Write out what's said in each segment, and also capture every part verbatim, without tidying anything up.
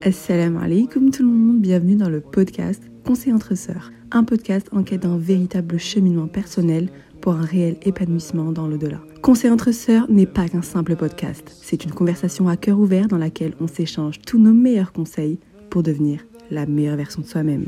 Assalamu alaikum tout le monde, bienvenue dans le podcast Conseil entre sœurs, un podcast en quête d'un véritable cheminement personnel pour un réel épanouissement dans l'au-delà. Conseil entre sœurs n'est pas qu'un simple podcast, c'est une conversation à cœur ouvert dans laquelle on s'échange tous nos meilleurs conseils pour devenir la meilleure version de soi-même.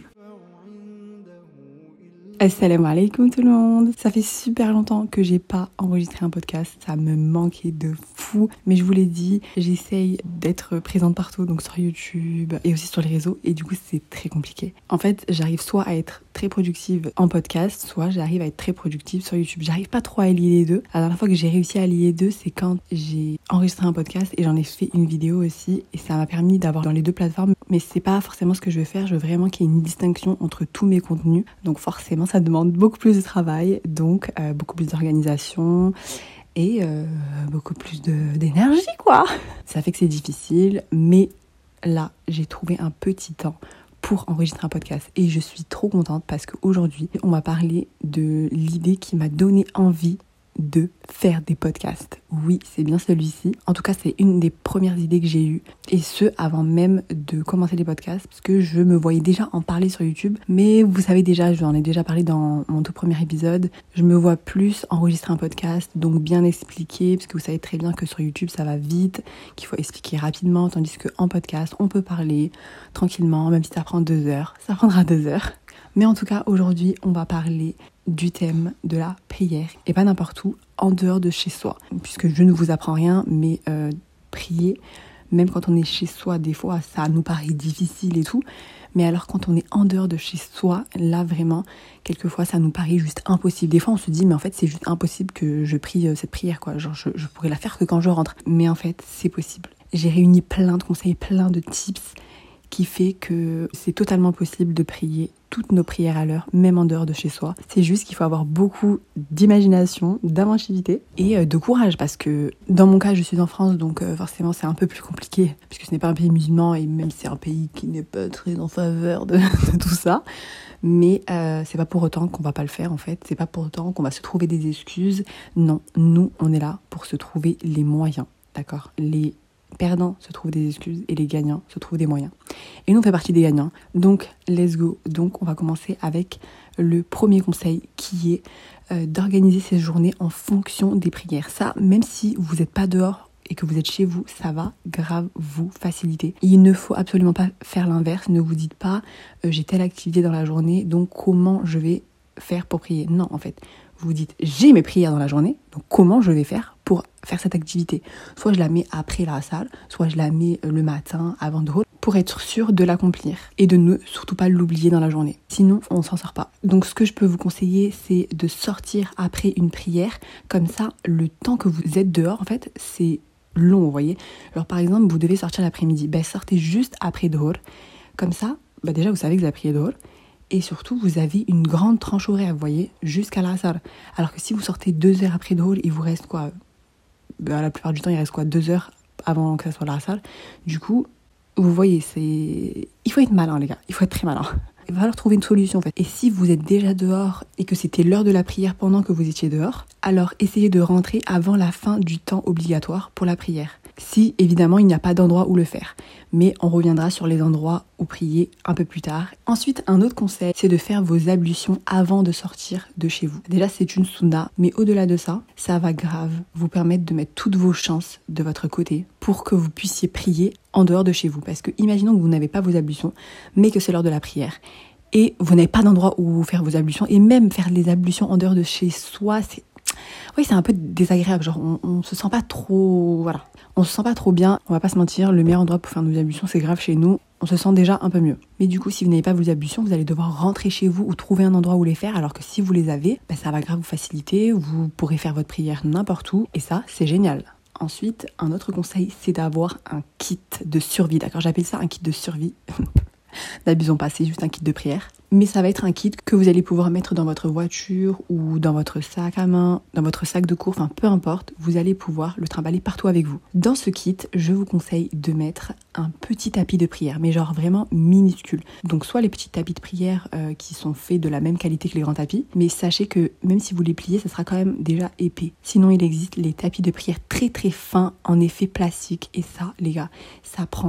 Assalamu alaikum tout le monde. Ça fait super longtemps que j'ai pas enregistré un podcast, ça me manquait de fou. Mais je vous l'ai dit, j'essaye d'être présente partout, donc sur YouTube et aussi sur les réseaux, et du coup c'est très compliqué. En fait, j'arrive soit à être très productive en podcast, soit j'arrive à être très productive sur YouTube. J'arrive pas trop à lier les deux. La dernière fois que j'ai réussi à lier les deux, c'est quand j'ai enregistré un podcast et j'en ai fait une vidéo aussi, et ça m'a permis d'avoir dans les deux plateformes. Mais c'est pas forcément ce que je veux faire, je veux vraiment qu'il y ait une distinction entre tous mes contenus, donc forcément ça demande beaucoup plus de travail, donc euh, beaucoup plus d'organisation et euh, beaucoup plus de, d'énergie quoi. Ça fait que c'est difficile, mais là j'ai trouvé un petit temps pour enregistrer un podcast et je suis trop contente parce qu'aujourd'hui on va parler de l'idée qui m'a donné envie de faire des podcasts. Oui, c'est bien celui-ci. En tout cas, c'est une des premières idées que j'ai eues. Et ce, avant même de commencer les podcasts, parce que je me voyais déjà en parler sur YouTube. Mais vous savez déjà, j'en ai déjà parlé dans mon tout premier épisode. Je me vois plus enregistrer un podcast, donc bien expliquer, parce que vous savez très bien que sur YouTube, ça va vite, qu'il faut expliquer rapidement, tandis qu'en podcast, on peut parler tranquillement, même si ça prend deux heures. Ça prendra deux heures. Mais en tout cas, aujourd'hui, on va parler du thème de la prière, et pas n'importe où, en dehors de chez soi. Puisque je ne vous apprends rien, mais euh, prier, même quand on est chez soi, des fois, ça nous paraît difficile et tout. Mais alors quand on est en dehors de chez soi, là vraiment, quelquefois, ça nous paraît juste impossible. Des fois, on se dit, mais en fait, c'est juste impossible que je prie euh, cette prière, quoi. Genre, je, je pourrais la faire que quand je rentre. Mais en fait, c'est possible. J'ai réuni plein de conseils, plein de tips qui fait que c'est totalement possible de prier toutes nos prières à l'heure, même en dehors de chez soi. C'est juste qu'il faut avoir beaucoup d'imagination, d'inventivité et de courage, parce que dans mon cas, je suis en France, donc forcément c'est un peu plus compliqué, puisque ce n'est pas un pays musulman, et même c'est un pays qui n'est pas très en faveur de, de tout ça. Mais euh, c'est pas pour autant qu'on va pas le faire, en fait. C'est pas pour autant qu'on va se trouver des excuses. Non, nous, on est là pour se trouver les moyens, d'accord ? Les perdants se trouvent des excuses et les gagnants se trouvent des moyens. Et nous, on fait partie des gagnants. Donc, let's go. Donc, on va commencer avec le premier conseil qui est euh, d'organiser ses journées en fonction des prières. Ça, même si vous n'êtes pas dehors et que vous êtes chez vous, ça va grave vous faciliter. Il ne faut absolument pas faire l'inverse. Ne vous dites pas euh, j'ai telle activité dans la journée, donc comment je vais faire pour prier. Non, en fait, vous vous dites j'ai mes prières dans la journée, donc comment je vais faire pour faire cette activité. Soit je la mets après la salle, soit je la mets le matin avant de rôle, pour être sûr de l'accomplir et de ne surtout pas l'oublier dans la journée. Sinon, on s'en sort pas. Donc ce que je peux vous conseiller, c'est de sortir après une prière. Comme ça, le temps que vous êtes dehors, en fait, c'est long, vous voyez. Alors par exemple, vous devez sortir l'après-midi. Ben, sortez juste après Dhuhr. Comme ça, ben, déjà, vous savez que vous avez prié Dhuhr. Et surtout, vous avez une grande tranche horaire, vous voyez, jusqu'à l'Asr. Alors que si vous sortez deux heures après Dhuhr, il vous reste quoi ? Ben, la plupart du temps, il reste quoi ? Deux heures avant que ça soit l'Asr. Du coup, vous voyez, c'est... il faut être malin, les gars. Il faut être très malin. Il va falloir trouver une solution, en fait. Et si vous êtes déjà dehors et que c'était l'heure de la prière pendant que vous étiez dehors, alors essayez de rentrer avant la fin du temps obligatoire pour la prière. Si, évidemment, il n'y a pas d'endroit où le faire. Mais on reviendra sur les endroits où prier un peu plus tard. Ensuite, un autre conseil, c'est de faire vos ablutions avant de sortir de chez vous. Déjà, c'est une sunna, mais au-delà de ça, ça va grave vous permettre de mettre toutes vos chances de votre côté pour que vous puissiez prier en dehors de chez vous. Parce que imaginons que vous n'avez pas vos ablutions, mais que c'est l'heure de la prière. Et vous n'avez pas d'endroit où faire vos ablutions. Et même faire les ablutions en dehors de chez soi, c'est... Oui, c'est un peu désagréable. Genre, on, on se sent pas trop... Voilà. On se sent pas trop bien. On va pas se mentir, le meilleur endroit pour faire nos ablutions, c'est grave chez nous. On se sent déjà un peu mieux. Mais du coup, si vous n'avez pas vos ablutions, vous allez devoir rentrer chez vous ou trouver un endroit où les faire. Alors que si vous les avez, bah, ça va grave vous faciliter. Vous pourrez faire votre prière n'importe où. Et ça, c'est génial. Ensuite, un autre conseil, c'est d'avoir un kit de survie. D'accord ? J'appelle ça un kit de survie. N'abusons pas, c'est juste un kit de prière. Mais ça va être un kit que vous allez pouvoir mettre dans votre voiture ou dans votre sac à main, dans votre sac de cours, enfin peu importe, vous allez pouvoir le trimballer partout avec vous. Dans ce kit, je vous conseille de mettre un petit tapis de prière, mais genre vraiment minuscule. Donc soit les petits tapis de prière euh, qui sont faits de la même qualité que les grands tapis, mais sachez que même si vous les pliez, ça sera quand même déjà épais. Sinon, il existe les tapis de prière très très fins en effet plastique, et ça, les gars, ça prend mais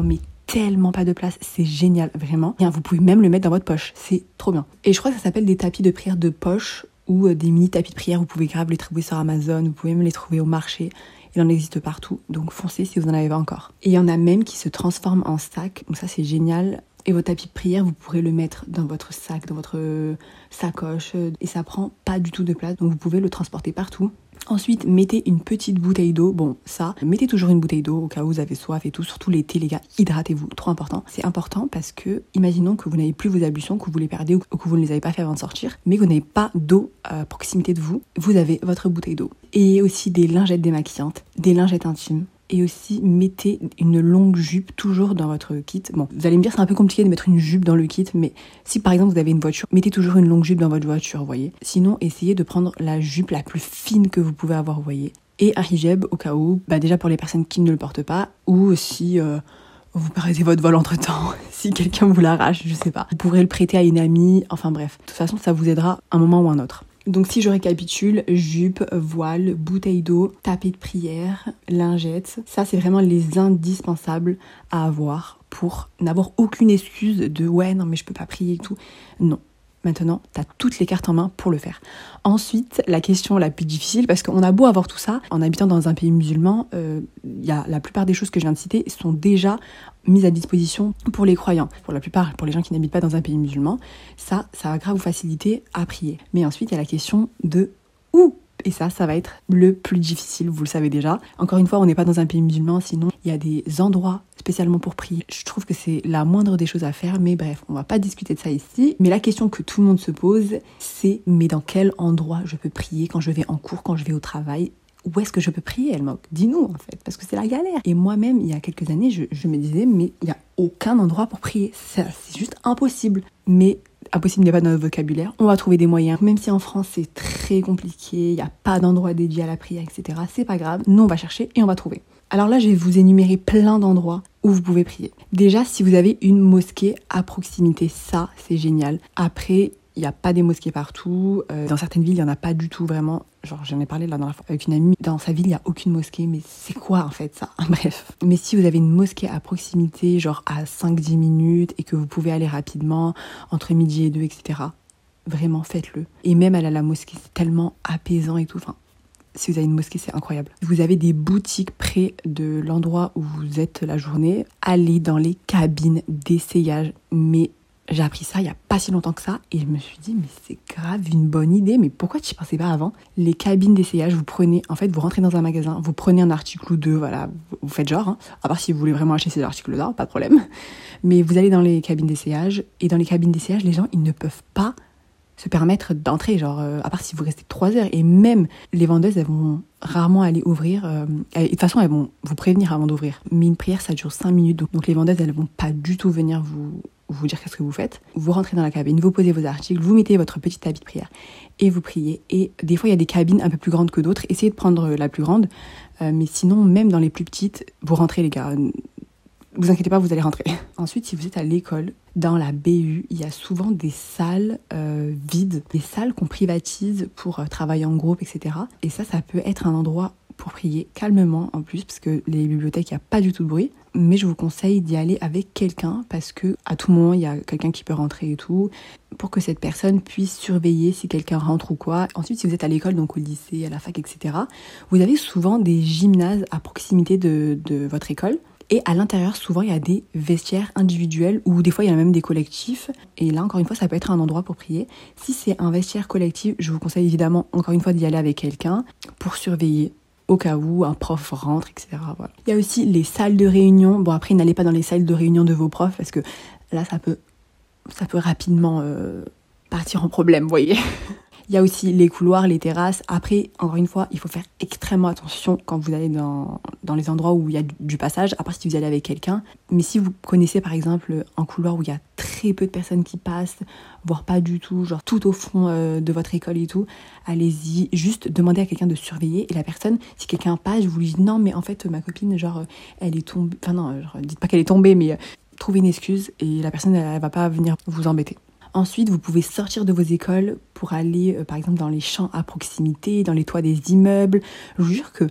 tellement pas de place, c'est génial, vraiment. Et vous pouvez même le mettre dans votre poche, c'est trop bien. Et je crois que ça s'appelle des tapis de prière de poche ou des mini tapis de prière. Vous pouvez grave les trouver sur Amazon, vous pouvez même les trouver au marché. Il en existe partout, donc foncez si vous en avez pas encore. Et il y en a même qui se transforment en sac, donc ça c'est génial. Et votre tapis de prière, vous pourrez le mettre dans votre sac, dans votre sacoche, et ça prend pas du tout de place, donc vous pouvez le transporter partout. Ensuite, mettez une petite bouteille d'eau. Bon, ça, mettez toujours une bouteille d'eau au cas où vous avez soif et tout. Surtout l'été, les gars, hydratez-vous. Trop important. C'est important parce que, imaginons que vous n'avez plus vos ablutions, que vous les perdez ou que vous ne les avez pas fait avant de sortir, mais que vous n'avez pas d'eau à proximité de vous. Vous avez votre bouteille d'eau. Et aussi des lingettes démaquillantes, des lingettes intimes. Et aussi, mettez une longue jupe toujours dans votre kit. Bon, vous allez me dire, c'est un peu compliqué de mettre une jupe dans le kit, mais si par exemple vous avez une voiture, mettez toujours une longue jupe dans votre voiture, vous voyez. Sinon, essayez de prendre la jupe la plus fine que vous pouvez avoir, vous voyez. Et un hijab au cas où, bah déjà pour les personnes qui ne le portent pas, ou si euh, vous perdez votre vol entre-temps, si quelqu'un vous l'arrache, je sais pas. Vous pourrez le prêter à une amie, enfin bref. De toute façon, ça vous aidera un moment ou un autre. Donc si je récapitule, jupe, voile, bouteille d'eau, tapis de prière, lingettes, ça c'est vraiment les indispensables à avoir pour n'avoir aucune excuse de ouais non mais je peux pas prier et tout. Non. Maintenant, tu as toutes les cartes en main pour le faire. Ensuite, la question la plus difficile, parce qu'on a beau avoir tout ça, en habitant dans un pays musulman, euh, y a, la plupart des choses que je viens de citer sont déjà mises à disposition pour les croyants. Pour la plupart, pour les gens qui n'habitent pas dans un pays musulman, ça, ça va grave vous faciliter à prier. Mais ensuite, il y a la question de où ? Et ça, ça va être le plus difficile, vous le savez déjà. Encore une fois, on n'est pas dans un pays musulman, sinon il y a des endroits spécialement pour prier. Je trouve que c'est la moindre des choses à faire, mais bref, on va pas discuter de ça ici. Mais la question que tout le monde se pose, c'est mais dans quel endroit je peux prier quand je vais en cours, quand je vais au travail ? Où est-ce que je peux prier, Elmok ? Dis-nous en fait, parce que c'est la galère. Et moi-même, il y a quelques années, je, je me disais, mais il n'y a aucun endroit pour prier. C'est, c'est juste impossible. Mais impossible n'est pas dans notre vocabulaire. On va trouver des moyens. Même si en France, c'est très compliqué, il n'y a pas d'endroit dédié à la prière, et cetera. C'est pas grave. Nous, on va chercher et on va trouver. Alors là, je vais vous énumérer plein d'endroits où vous pouvez prier. Déjà, si vous avez une mosquée à proximité, ça, c'est génial. Après, il n'y a pas des mosquées partout. Euh, dans certaines villes, il n'y en a pas du tout vraiment. Genre, j'en ai parlé la dernière fois avec une amie. Dans sa ville, il n'y a aucune mosquée. Mais c'est quoi en fait ça ? Bref. Mais si vous avez une mosquée à proximité, genre à cinq dix minutes, et que vous pouvez aller rapidement, entre midi et deux, et cetera, vraiment faites-le. Et même aller à la mosquée, c'est tellement apaisant et tout. Enfin, si vous avez une mosquée, c'est incroyable. Vous avez des boutiques près de l'endroit où vous êtes la journée. Allez dans les cabines d'essayage. Mais j'ai appris ça il n'y a pas si longtemps que ça et je me suis dit mais c'est grave une bonne idée, mais pourquoi tu n'y pensais pas avant ? Les cabines d'essayage, vous prenez, en fait vous rentrez dans un magasin, vous prenez un article ou deux, voilà, vous faites genre, hein, à part si vous voulez vraiment acheter ces articles-là, pas de problème, mais vous allez dans les cabines d'essayage et dans les cabines d'essayage, les gens ils ne peuvent pas se permettre d'entrer, genre euh, à part si vous restez trois heures et même les vendeuses elles vont rarement aller ouvrir, euh, et de toute façon elles vont vous prévenir avant d'ouvrir, mais une prière ça dure cinq minutes donc, donc les vendeuses elles vont pas du tout venir vous vous dire qu'est-ce que vous faites. Vous rentrez dans la cabine, vous posez vos articles, vous mettez votre petit tapis de prière et vous priez. Et des fois, il y a des cabines un peu plus grandes que d'autres. Essayez de prendre la plus grande. Euh, mais sinon, même dans les plus petites, vous rentrez les gars. Vous inquiétez pas, vous allez rentrer. Ensuite, si vous êtes à l'école, dans la B U, il y a souvent des salles euh, vides, des salles qu'on privatise pour euh, travailler en groupe, et cetera. Et ça, ça peut être un endroit pour prier calmement en plus, parce que les bibliothèques, il n'y a pas du tout de bruit. Mais je vous conseille d'y aller avec quelqu'un, parce que à tout moment, il y a quelqu'un qui peut rentrer et tout, pour que cette personne puisse surveiller si quelqu'un rentre ou quoi. Ensuite, si vous êtes à l'école, donc au lycée, à la fac, et cetera, vous avez souvent des gymnases à proximité de, de votre école. Et à l'intérieur, souvent, il y a des vestiaires individuels ou des fois, il y a même des collectifs. Et là, encore une fois, ça peut être un endroit pour prier. Si c'est un vestiaire collectif, je vous conseille évidemment, encore une fois, d'y aller avec quelqu'un pour surveiller au cas où un prof rentre, et cetera. Voilà. Il y a aussi les salles de réunion. Bon, après, n'allez pas dans les salles de réunion de vos profs parce que là, ça peut, ça peut rapidement euh, partir en problème, vous voyez. Il y a aussi les couloirs, les terrasses. Après, encore une fois, il faut faire extrêmement attention quand vous allez dans, dans les endroits où il y a du, du passage, à part si vous allez avec quelqu'un. Mais si vous connaissez par exemple un couloir où il y a très peu de personnes qui passent, voire pas du tout, genre tout au fond euh, de votre école et tout, allez-y, juste demandez à quelqu'un de surveiller. Et la personne, si quelqu'un passe, vous lui dites non mais en fait ma copine, genre elle est tombée, enfin non, genre, dites pas qu'elle est tombée, mais euh, trouvez une excuse et la personne elle, elle va pas venir vous embêter. Ensuite, vous pouvez sortir de vos écoles pour aller, euh, par exemple, dans les champs à proximité, dans les toits des immeubles. Je vous jure que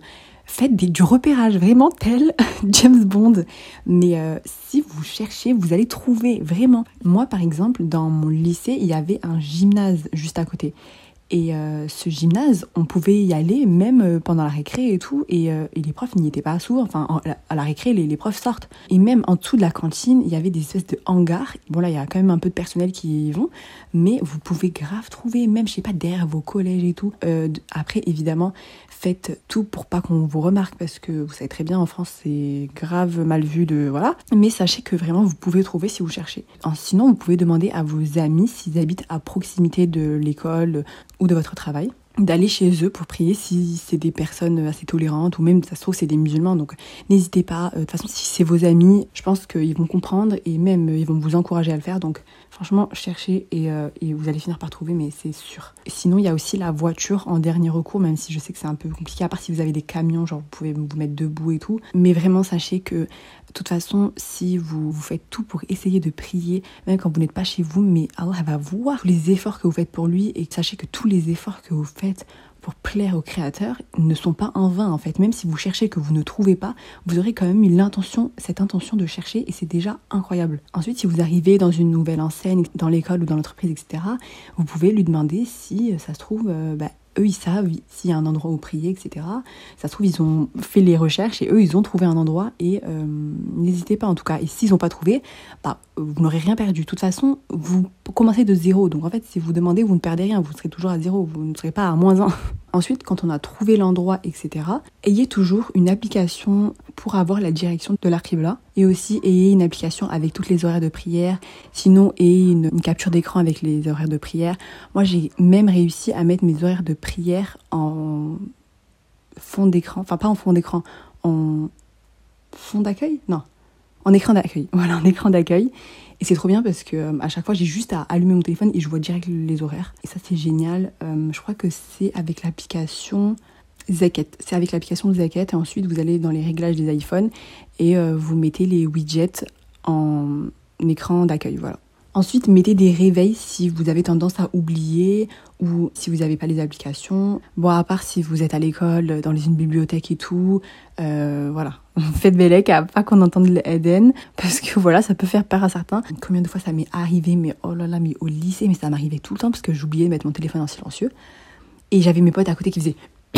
faites des, du repérage, vraiment tel James Bond. Mais euh, si vous cherchez, vous allez trouver, vraiment. Moi, par exemple, dans mon lycée, il y avait un gymnase juste à côté. Et euh, ce gymnase, on pouvait y aller même pendant la récré et tout, et, euh, et les profs n'y étaient pas sourds. Enfin, en, à la récré, les, les profs sortent. Et même en dessous de la cantine, il y avait des espèces de hangars. Bon là, il y a quand même un peu de personnel qui y vont, mais vous pouvez grave trouver, même, je sais pas, derrière vos collèges et tout. Euh, après, évidemment, faites tout pour pas qu'on vous remarque, parce que vous savez très bien, en France, c'est grave mal vu de... Voilà. Mais sachez que vraiment, vous pouvez trouver si vous cherchez. Sinon, vous pouvez demander à vos amis s'ils habitent à proximité de l'école ou de votre travail, d'aller chez eux pour prier si c'est des personnes assez tolérantes, ou même, ça se trouve, c'est des musulmans, donc n'hésitez pas. De toute façon, si c'est vos amis, je pense qu'ils vont comprendre et même ils vont vous encourager à le faire, donc franchement, cherchez et, euh, et vous allez finir par trouver, mais c'est sûr. Sinon, il y a aussi la voiture en dernier recours, même si je sais que c'est un peu compliqué, à part si vous avez des camions, genre vous pouvez vous mettre debout et tout, mais vraiment, sachez que de toute façon, si vous, vous faites tout pour essayer de prier, même quand vous n'êtes pas chez vous, mais Allah va voir tous les efforts que vous faites pour lui, et sachez que tous les efforts que vous faites pour plaire au Créateur ne sont pas en vain en fait. Même si vous cherchez que vous ne trouvez pas, vous aurez quand même eu l'intention, cette intention de chercher, et c'est déjà incroyable. Ensuite, si vous arrivez dans une nouvelle enseigne, dans l'école ou dans l'entreprise, et cetera, vous pouvez lui demander si ça se trouve, euh, bah, eux, ils savent s'il y a un endroit où prier, et cetera. Ça se trouve, ils ont fait les recherches et eux, ils ont trouvé un endroit, et euh, n'hésitez pas en tout cas. Et s'ils n'ont pas trouvé, bah, vous n'aurez rien perdu. De toute façon, vous commencez de zéro. Donc en fait, si vous demandez, vous ne perdez rien. Vous serez toujours à zéro. Vous ne serez pas à moins un. Ensuite, quand on a trouvé l'endroit, et cetera, ayez toujours une application pour avoir la direction de l'Al-Qibla. Et aussi, ayez une application avec toutes les horaires de prière. Sinon, ayez une, une capture d'écran avec les horaires de prière. Moi, j'ai même réussi à mettre mes horaires de prière en fond d'écran. Enfin, pas en fond d'écran, en fond d'accueil ? Non, en écran d'accueil. Voilà, en écran d'accueil. Et c'est trop bien parce que euh, à chaque fois, j'ai juste à allumer mon téléphone et je vois direct les horaires. Et ça, c'est génial. Euh, je crois que c'est avec l'application Zakat. C'est avec l'application Zakat. Et ensuite, vous allez dans les réglages des iPhones et euh, vous mettez les widgets en écran d'accueil. Voilà. Ensuite, mettez des réveils si vous avez tendance à oublier ou si vous n'avez pas les applications. Bon, à part si vous êtes à l'école, dans une bibliothèque et tout, euh, voilà. Faites bellec à pas qu'on entende l'Eden, parce que voilà, ça peut faire peur à certains. Combien de fois ça m'est arrivé, mais oh là là, mais au lycée, mais ça m'arrivait tout le temps, parce que j'oubliais de mettre mon téléphone en silencieux. Et j'avais mes potes à côté qui faisaient...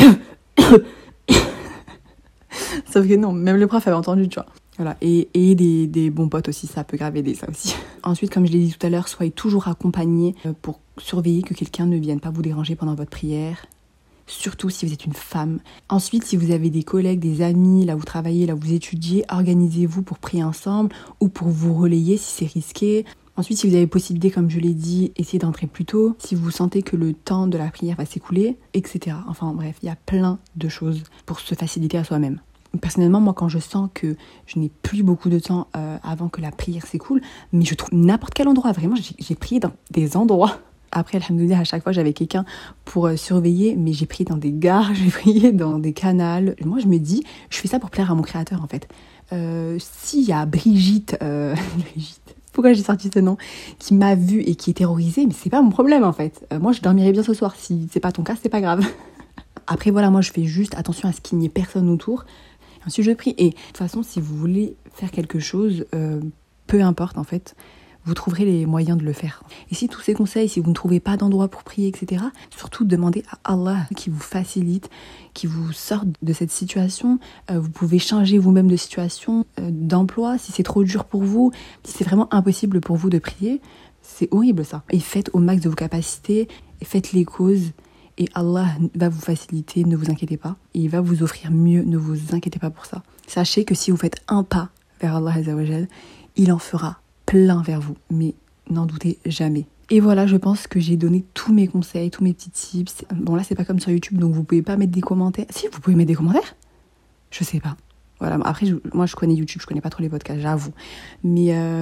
Sauf que non, même le prof avait entendu, tu vois. Voilà, et, et des, des bons potes aussi, ça peut grave aider, ça aussi. Ensuite, comme je l'ai dit tout à l'heure, soyez toujours accompagnés pour surveiller que quelqu'un ne vienne pas vous déranger pendant votre prière. Surtout si vous êtes une femme. Ensuite, si vous avez des collègues, des amis, là où vous travaillez, là où vous étudiez, organisez-vous pour prier ensemble ou pour vous relayer si c'est risqué. Ensuite, si vous avez possibilité, comme je l'ai dit, essayez d'entrer plus tôt. Si vous sentez que le temps de la prière va s'écouler, et cetera. Enfin bref, il y a plein de choses pour se faciliter à soi-même. Personnellement, moi, quand je sens que je n'ai plus beaucoup de temps euh, avant que la prière s'écoule, mais je trouve n'importe quel endroit, vraiment, j'ai, j'ai prié dans des endroits. Après, alhamdoulilah, à chaque fois, j'avais quelqu'un pour euh, surveiller, mais j'ai prié dans des gares, j'ai prié dans des canals. Moi, je me dis, je fais ça pour plaire à mon créateur, en fait. Euh, s'il y a Brigitte, euh, Brigitte, pourquoi j'ai sorti ce nom, qui m'a vue et qui est terrorisée, mais c'est pas mon problème, en fait. Euh, moi, je dormirai bien ce soir. Si c'est pas ton cas, c'est pas grave. Après, voilà, moi, je fais juste attention à ce qu'il n'y ait personne autour. Ensuite, je prie. Et de toute façon, si vous voulez faire quelque chose, euh, peu importe en fait, vous trouverez les moyens de le faire. Et si tous ces conseils, si vous ne trouvez pas d'endroit pour prier, et cetera, surtout demandez à Allah qui vous facilite, qui vous sorte de cette situation. Euh, vous pouvez changer vous-même de situation, euh, d'emploi, si c'est trop dur pour vous, si c'est vraiment impossible pour vous de prier. C'est horrible ça. Et faites au max de vos capacités, et faites les causes. Et Allah va vous faciliter, ne vous inquiétez pas. Et il va vous offrir mieux, ne vous inquiétez pas pour ça. Sachez que si vous faites un pas vers Allah Azzawajal, il en fera plein vers vous. Mais n'en doutez jamais. Et voilà, je pense que j'ai donné tous mes conseils, tous mes petits tips. Bon là, c'est pas comme sur YouTube, donc vous pouvez pas mettre des commentaires. Si, vous pouvez mettre des commentaires ? Je sais pas. Voilà, après, je, moi je connais YouTube, je connais pas trop les podcasts, j'avoue. Mais euh, je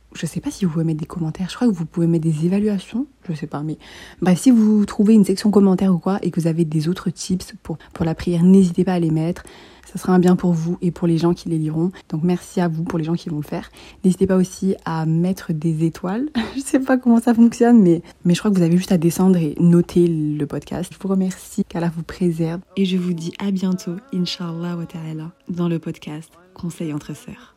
je sais pas si vous pouvez mettre des commentaires, je crois que vous pouvez mettre des évaluations, je sais pas, mais bref, si vous trouvez une section commentaires ou quoi et que vous avez des autres tips pour, pour la prière, n'hésitez pas à les mettre. Ça sera un bien pour vous et pour les gens qui les liront. Donc merci à vous pour les gens qui vont le faire. N'hésitez pas aussi à mettre des étoiles. Je sais pas comment ça fonctionne, mais, mais je crois que vous avez juste à descendre et noter le podcast. Je vous remercie, qu'Allah vous préserve. Et je vous dis à bientôt, Inch'Allah wa ta'ala, dans le podcast Conseil entre sœurs.